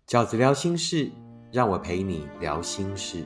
饺子聊心事，让我陪你聊心事。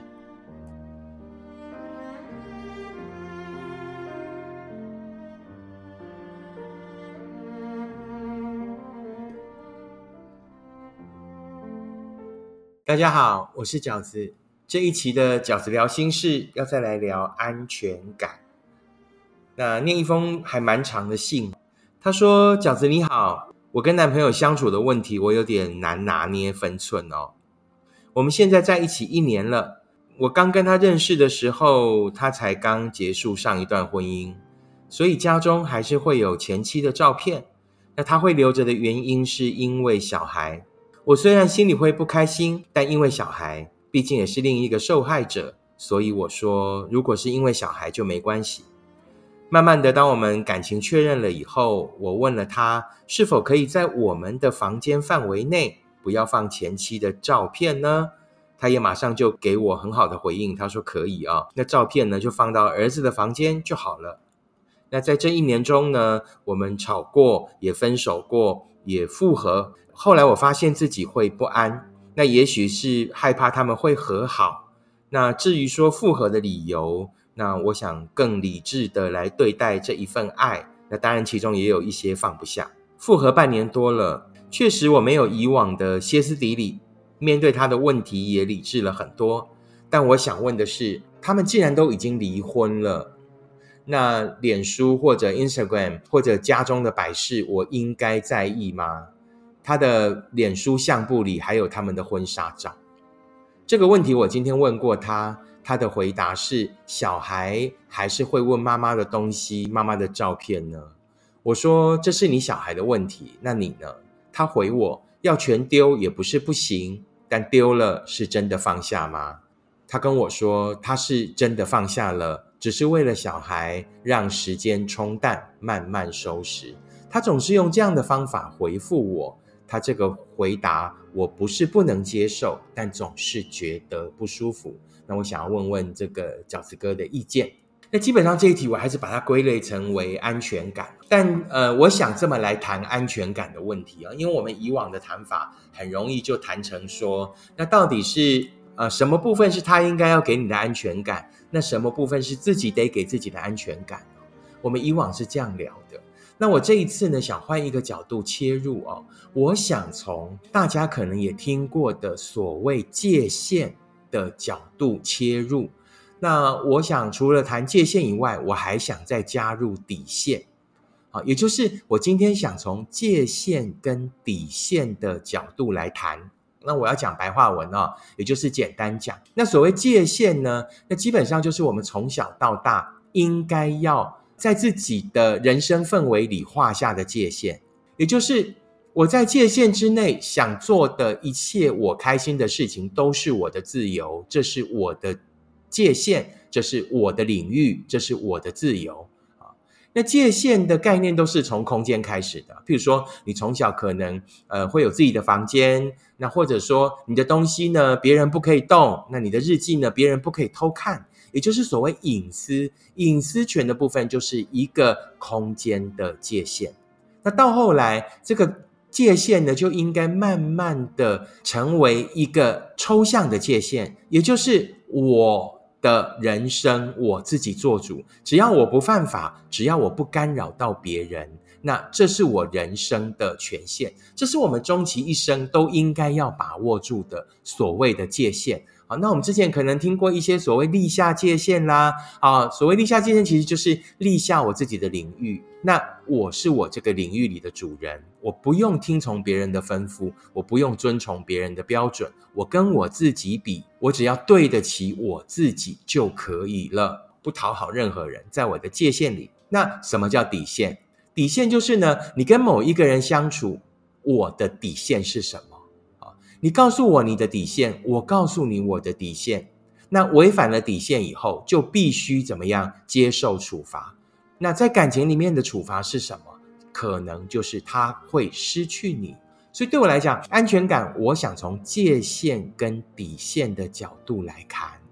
大家好，我是饺子。这一期的饺子聊心事要再来聊安全感。那念一封还蛮长的信，他说：饺子你好，我跟男朋友相处的问题我有点难拿捏分寸哦。我们现在在一起1年了，我刚跟他认识的时候，他才刚结束上一段婚姻，所以家中还是会有前妻的照片。那他会留着的原因是因为小孩。我虽然心里会不开心，但因为小孩，毕竟也是另一个受害者，所以我说如果是因为小孩就没关系。慢慢的，当我们感情确认了以后，我问了他是否可以在我们的房间范围内不要放前妻的照片呢？他也马上就给我很好的回应，他说可以啊，那照片呢就放到儿子的房间就好了。那在这1年中呢，我们吵过，也分手过，也复合。后来我发现自己会不安，那也许是害怕他们会和好。那至于说复合的理由，那我想更理智的来对待这一份爱，那当然其中也有一些放不下。复合半年多了，确实我没有以往的歇斯底里，面对他的问题也理智了很多。但我想问的是，他们既然都已经离婚了，那脸书或者 Instagram 或者家中的摆饰，我应该在意吗？他的脸书相簿里还有他们的婚纱照。这个问题我今天问过他，他的回答是小孩还是会问妈妈的东西，妈妈的照片呢？我说这是你小孩的问题，那你呢？他回我要全丢也不是不行，但丢了是真的放下吗？他跟我说他是真的放下了，只是为了小孩，让时间冲淡，慢慢收拾。他总是用这样的方法回复我，他这个回答我不是不能接受，但总是觉得不舒服。那我想要问问这个饺子哥的意见。那基本上这一题我还是把它归类成为安全感，但我想这么来谈安全感的问题啊，因为我们以往的谈法很容易就谈成说，那到底是什么部分是他应该要给你的安全感，那什么部分是自己得给自己的安全感？我们以往是这样聊的。那我这一次呢，想换一个角度切入哦，我想从大家可能也听过的所谓界限的角度切入。那我想除了谈界限以外，我还想再加入底线。也就是我今天想从界限跟底线的角度来谈。那我要讲白话文哦，也就是简单讲。那所谓界限呢，那基本上就是我们从小到大应该要在自己的人生氛围里画下的界限，也就是我在界限之内想做的一切我开心的事情都是我的自由，这是我的界限，这是我的领域，这是我的自由。那界限的概念都是从空间开始的，譬如说你从小可能会有自己的房间，那或者说你的东西呢别人不可以动，那你的日记呢别人不可以偷看，也就是所谓隐私权的部分就是一个空间的界限。那到后来这个界限呢就应该慢慢的成为一个抽象的界限，也就是我的人生我自己做主，只要我不犯法，只要我不干扰到别人，那这是我人生的权限，这是我们终其一生都应该要把握住的所谓的界限。好，那我们之前可能听过一些所谓立下界限啦，所谓立下界限其实就是立下我自己的领域，那我是我这个领域里的主人，我不用听从别人的吩咐，我不用遵从别人的标准，我跟我自己比，我只要对得起我自己就可以了，不讨好任何人，在我的界限里。那什么叫底线？底线就是呢，你跟某一个人相处，我的底线是什么？你告诉我你的底线，我告诉你我的底线，那违反了底线以后就必须怎么样接受处罚。那在感情里面的处罚是什么？可能就是他会失去你。所以对我来讲，安全感我想从界限跟底线的角度来看。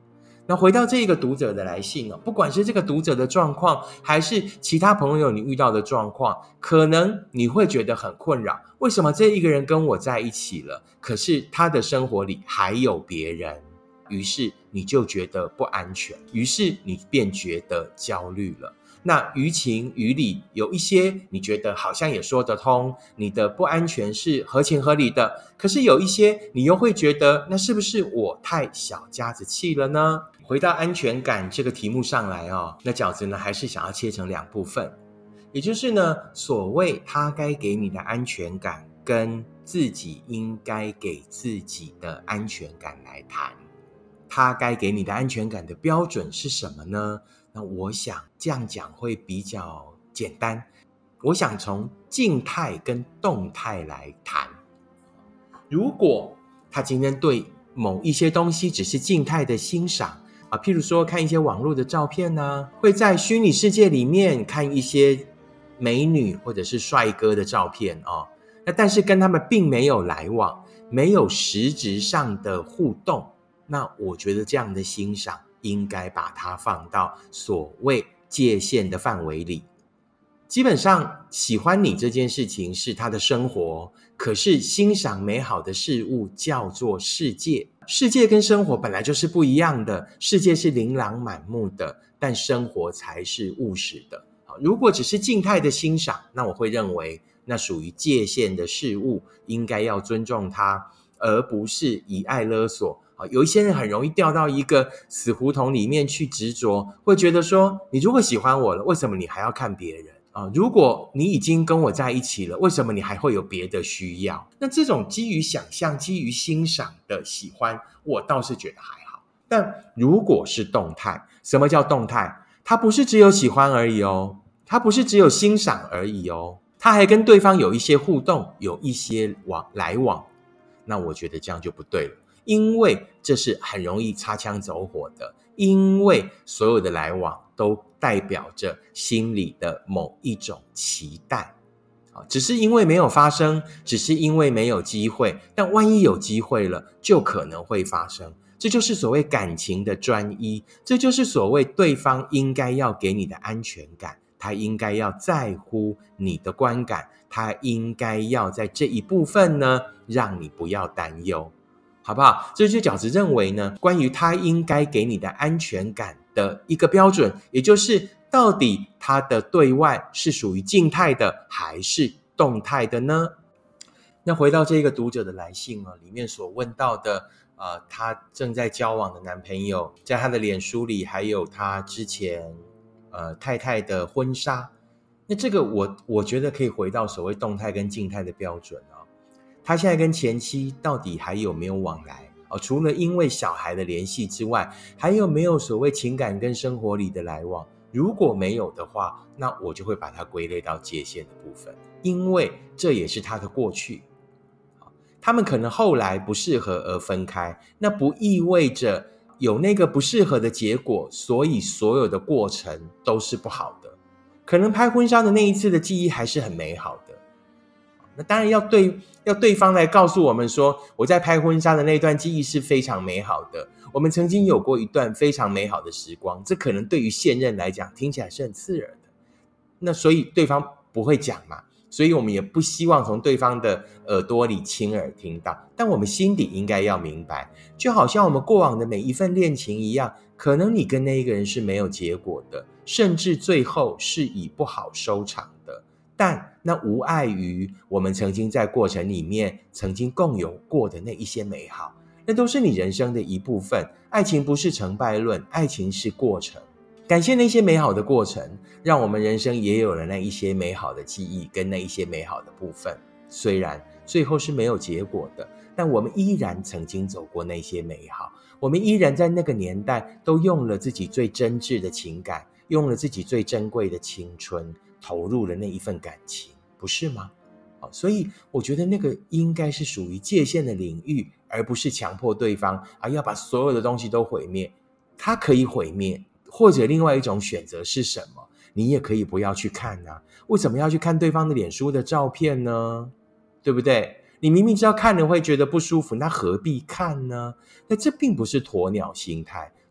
那回到这个读者的来信不管是这个读者的状况，还是其他朋友你遇到的状况，可能你会觉得很困扰，为什么这一个人跟我在一起了，可是他的生活里还有别人，于是你就觉得不安全，于是你便觉得焦虑了。那于情于理，有一些你觉得好像也说得通，你的不安全是合情合理的，可是有一些你又会觉得，那是不是我太小家子气了呢？回到安全感这个题目上来那饺子呢还是想要切成两部分，也就是呢，所谓他该给你的安全感跟自己应该给自己的安全感来谈。他该给你的安全感的标准是什么呢？那我想这样讲会比较简单，我想从静态跟动态来谈。如果他今天对某一些东西只是静态的欣赏譬如说看一些网络的照片会在虚拟世界里面看一些美女或者是帅哥的照片那但是跟他们并没有来往，没有实质上的互动，那我觉得这样的欣赏应该把它放到所谓界限的范围里。基本上喜欢你这件事情是他的生活，可是欣赏美好的事物叫做世界。世界跟生活本来就是不一样的，世界是琳琅满目的，但生活才是务实的。如果只是静态的欣赏，那我会认为那属于界限的事物，应该要尊重它，而不是以爱勒索。有一些人很容易掉到一个死胡同里面去执着，会觉得说，你如果喜欢我了，为什么你还要看别人如果你已经跟我在一起了，为什么你还会有别的需要？那这种基于想象、基于欣赏的喜欢，我倒是觉得还好。但如果是动态，什么叫动态？它不是只有喜欢而已它不是只有欣赏而已它还跟对方有一些互动，有一些来往。那我觉得这样就不对了，因为这是很容易擦枪走火的，因为所有的来往都代表着心里的某一种期待只是因为没有发生，只是因为没有机会，但万一有机会了，就可能会发生。这就是所谓感情的专一，这就是所谓对方应该要给你的安全感，他应该要在乎你的观感，他应该要在这一部分呢，让你不要担忧，好不好？这就饺子认为呢，关于他应该给你的安全感的一个标准，也就是到底他的对外是属于静态的还是动态的呢？那回到这个读者的来信里面所问到的他正在交往的男朋友，在他的脸书里还有他之前太太的婚纱，那这个我觉得可以回到所谓动态跟静态的标准他现在跟前妻到底还有没有往来除了因为小孩的联系之外，还有没有所谓情感跟生活里的来往？如果没有的话，那我就会把它归类到界限的部分，因为这也是他的过去。他们可能后来不适合而分开，那不意味着有那个不适合的结果，所以所有的过程都是不好的。可能拍婚纱的那一次的记忆还是很美好的。那当然要对方来告诉我们说，我在拍婚纱的那段记忆是非常美好的，我们曾经有过一段非常美好的时光，这可能对于现任来讲听起来是很刺耳的，那所以对方不会讲嘛，所以我们也不希望从对方的耳朵里亲耳听到，但我们心底应该要明白，就好像我们过往的每一份恋情一样，可能你跟那一个人是没有结果的，甚至最后是以不好收场的，但那无碍于我们曾经在过程里面曾经共有过的那一些美好，那都是你人生的一部分。爱情不是成败论，爱情是过程。感谢那些美好的过程，让我们人生也有了那一些美好的记忆跟那一些美好的部分，虽然最后是没有结果的，但我们依然曾经走过那些美好，我们依然在那个年代都用了自己最真挚的情感，用了自己最珍贵的青春，投入了那一份感情，不是吗？所以我觉得那个应该是属于界限的领域，而不是强迫对方要把所有的东西都毁灭。它可以毁灭，或者另外一种选择是什么？你也可以不要去看为什么要去看对方的脸书的照片呢？对不对？你明明知道看了会觉得不舒服，那何必看呢？那这并不是鸵鸟心态，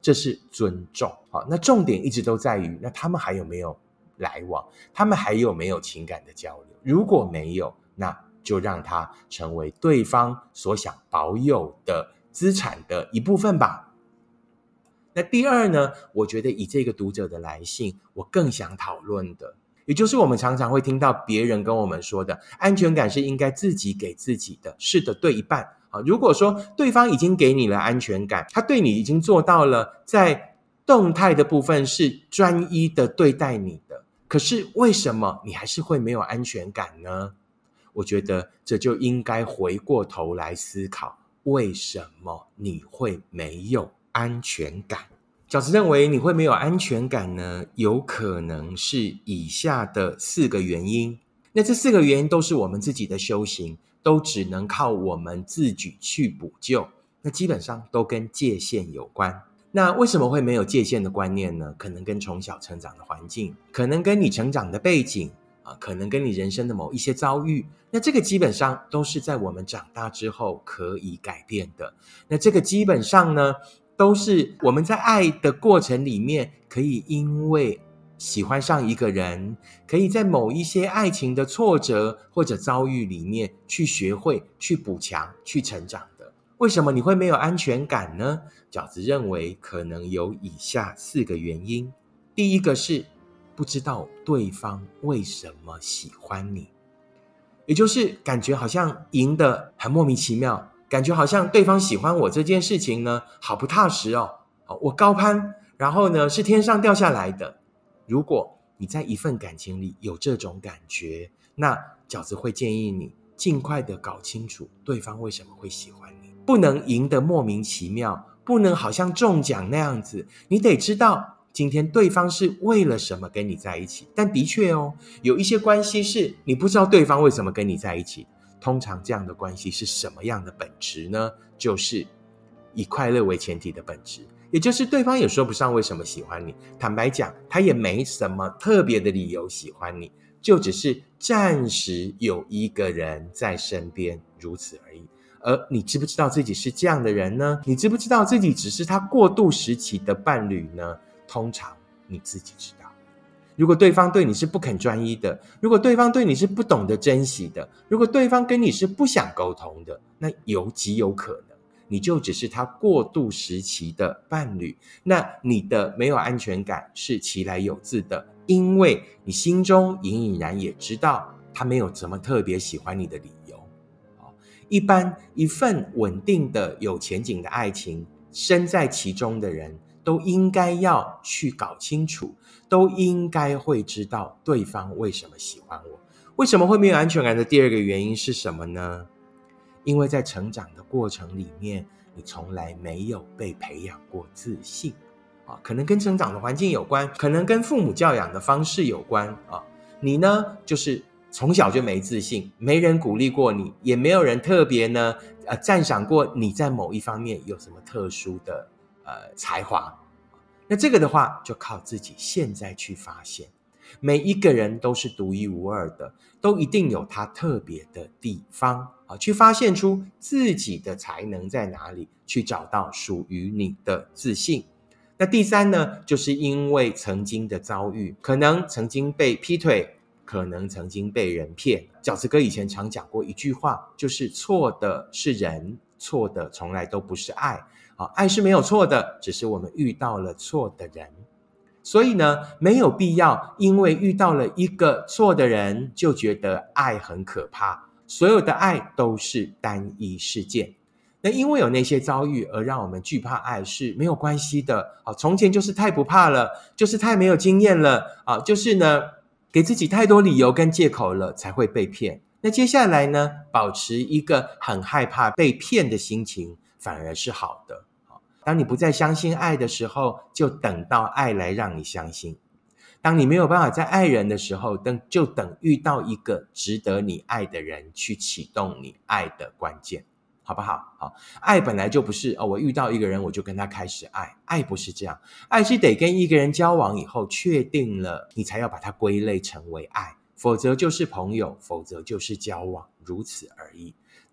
这是尊重。好，那重点一直都在于，那他们还有没有来往，他们还有没有情感的交流？如果没有，那就让它成为对方所想保有的资产的一部分吧。那第二呢，我觉得以这个读者的来信，我更想讨论的，也就是我们常常会听到别人跟我们说的，安全感是应该自己给自己的。是的，对一半。如果说对方已经给你了安全感，他对你已经做到了在动态的部分是专一的对待你的，可是为什么你还是会没有安全感呢？我觉得这就应该回过头来思考，为什么你会没有安全感？饺子认为你会没有安全感呢，有可能是以下的4个原因。那这4个原因都是我们自己的修行，都只能靠我们自己去补救。那基本上都跟界限有关。那为什么会没有界限的观念呢？可能跟从小成长的环境，可能跟你成长的背景，可能跟你人生的某一些遭遇。那这个基本上都是在我们长大之后可以改变的。那这个基本上呢，都是我们在爱的过程里面，可以因为喜欢上一个人，可以在某一些爱情的挫折或者遭遇里面去学会、去补强、去成长的。为什么你会没有安全感呢？饺子认为可能有以下4个原因。第一个是不知道对方为什么喜欢你，也就是感觉好像赢得很莫名其妙，感觉好像对方喜欢我这件事情呢，好不踏实哦，我高攀，然后呢是天上掉下来的。如果你在一份感情里有这种感觉，那饺子会建议你尽快的搞清楚对方为什么会喜欢你，不能赢得莫名其妙，不能好像中奖那样子，你得知道今天对方是为了什么跟你在一起。但的确哦，有一些关系是你不知道对方为什么跟你在一起。通常这样的关系是什么样的本质呢？就是以快乐为前提的本质，也就是对方也说不上为什么喜欢你，坦白讲他也没什么特别的理由喜欢你，就只是暂时有一个人在身边，如此而已。而你知不知道自己是这样的人呢？你知不知道自己只是他过渡时期的伴侣呢？通常你自己知道。如果对方对你是不肯专一的，如果对方对你是不懂得珍惜的，如果对方跟你是不想沟通的，那极有可能你就只是他过渡时期的伴侣。那你的没有安全感是其来有自的，因为你心中隐隐然也知道他没有什么特别喜欢你的理由。一般一份稳定的有前景的爱情，身在其中的人都应该要去搞清楚，都应该会知道对方为什么喜欢我。为什么会没有安全感的第二个原因是什么呢？因为在成长的过程里面，你从来没有被培养过自信。可能跟成长的环境有关，可能跟父母教养的方式有关。你呢，就是从小就没自信，没人鼓励过你，也没有人特别呢赞赏过你在某一方面有什么特殊的才华。那这个的话就靠自己现在去发现。每一个人都是独一无二的，都一定有他特别的地方，去发现出自己的才能在哪里，去找到属于你的自信。那第三呢，就是因为曾经的遭遇，可能曾经被劈腿，可能曾经被人骗。饺子哥以前常讲过一句话，就是错的是人，错的从来都不是爱。爱是没有错的，只是我们遇到了错的人。所以呢，没有必要因为遇到了一个错的人就觉得爱很可怕。所有的爱都是单一事件。那因为有那些遭遇而让我们惧怕爱是没有关系的。从前就是太不怕了，就是太没有经验了，就是呢给自己太多理由跟借口了才会被骗。那接下来呢，保持一个很害怕被骗的心情反而是好的。当你不再相信爱的时候，就等到爱来让你相信。当你没有办法再爱人的时候，就等遇到一个值得你爱的人去启动你爱的关键，好不好？爱本来就不是我遇到一个人我就跟他开始爱，爱不是这样。爱是得跟一个人交往以后确定了，你才要把它归类成为爱，否则就是朋友，否则就是交往，如此而已。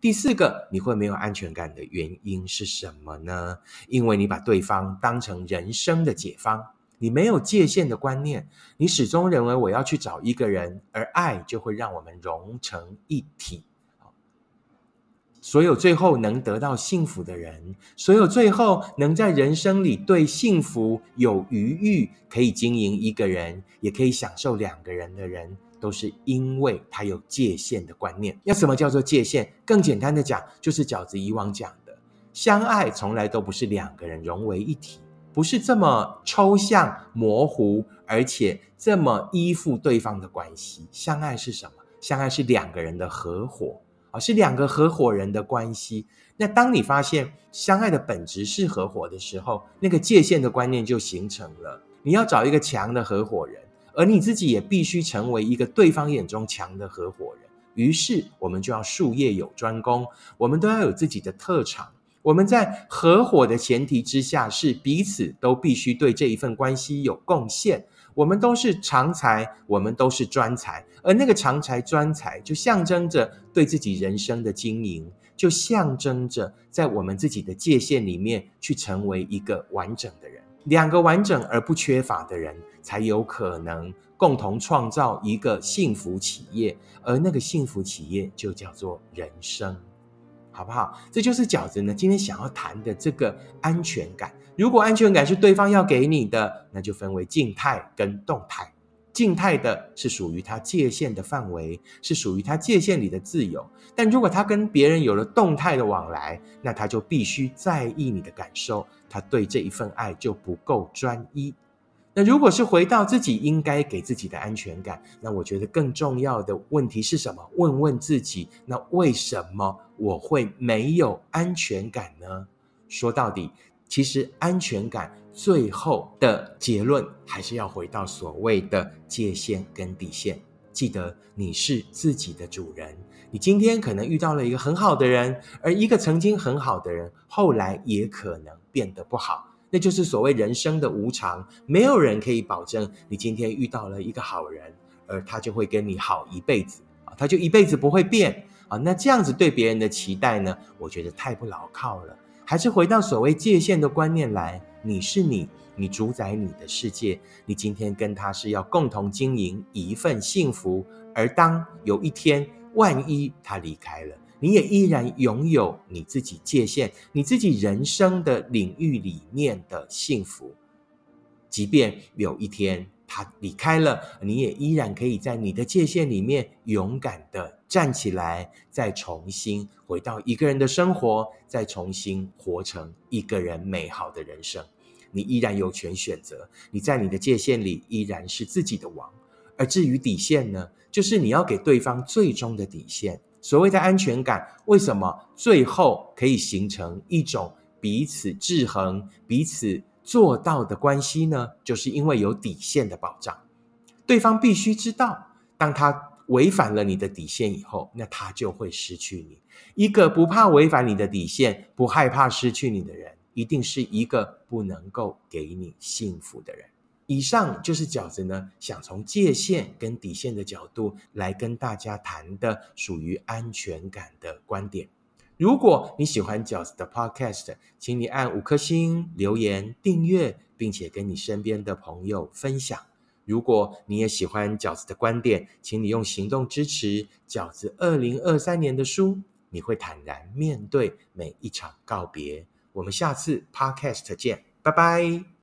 第四个，你会没有安全感的原因是什么呢？因为你把对方当成人生的解方，你没有界限的观念，你始终认为我要去找一个人，而爱就会让我们融成一体。所有最后能得到幸福的人，所有最后能在人生里对幸福有余裕，可以经营一个人，也可以享受两个人的人，都是因为他有界限的观念。那什么叫做界限？更简单的讲，就是饺子以往讲的，相爱从来都不是两个人融为一体，不是这么抽象模糊，而且这么依附对方的关系。相爱是什么？相爱是两个人的合伙，是两个合伙人的关系。那当你发现相爱的本质是合伙的时候，那个界限的观念就形成了。你要找一个强的合伙人，而你自己也必须成为一个对方眼中强的合伙人。于是我们就要术业有专攻，我们都要有自己的特长。我们在合伙的前提之下，是彼此都必须对这一份关系有贡献。我们都是长才，我们都是专才，而那个长才专才就象征着对自己人生的经营，就象征着在我们自己的界限里面去成为一个完整的人。两个完整而不缺乏的人，才有可能共同创造一个幸福企业，而那个幸福企业就叫做人生。好不好？这就是饺子呢今天想要谈的这个安全感。如果安全感是对方要给你的，那就分为静态跟动态。静态的是属于他界限的范围，是属于他界限里的自由。但如果他跟别人有了动态的往来，那他就必须在意你的感受，他对这一份爱就不够专一。那如果是回到自己应该给自己的安全感，那我觉得更重要的问题是什么？问问自己，那为什么我会没有安全感呢？说到底，其实安全感最后的结论还是要回到所谓的界限跟底线。记得你是自己的主人，你今天可能遇到了一个很好的人，而一个曾经很好的人，后来也可能变得不好。那就是所谓人生的无常，没有人可以保证你今天遇到了一个好人，而他就会跟你好一辈子，他就一辈子不会变。那这样子对别人的期待呢，我觉得太不牢靠了。还是回到所谓界限的观念来，你是你，你主宰你的世界，你今天跟他是要共同经营一份幸福，而当有一天万一他离开了，你也依然拥有你自己界限，你自己人生的领域里面的幸福。即便有一天他离开了，你也依然可以在你的界限里面勇敢的站起来，再重新回到一个人的生活，再重新活成一个人美好的人生。你依然有权选择，你在你的界限里依然是自己的王。而至于底线呢，就是你要给对方最终的底线。所谓的安全感，为什么最后可以形成一种彼此制衡、彼此做到的关系呢？就是因为有底线的保障。对方必须知道，当他违反了你的底线以后，那他就会失去你。一个不怕违反你的底线，不害怕失去你的人，一定是一个不能够给你幸福的人。以上就是饺子呢想从界限跟底线的角度来跟大家谈的属于安全感的观点。如果你喜欢饺子的 podcast， 请你按5颗星、留言、订阅，并且跟你身边的朋友分享。如果你也喜欢饺子的观点，请你用行动支持饺子2023年的书，你会坦然面对每一场告别。我们下次 podcast 见，拜拜。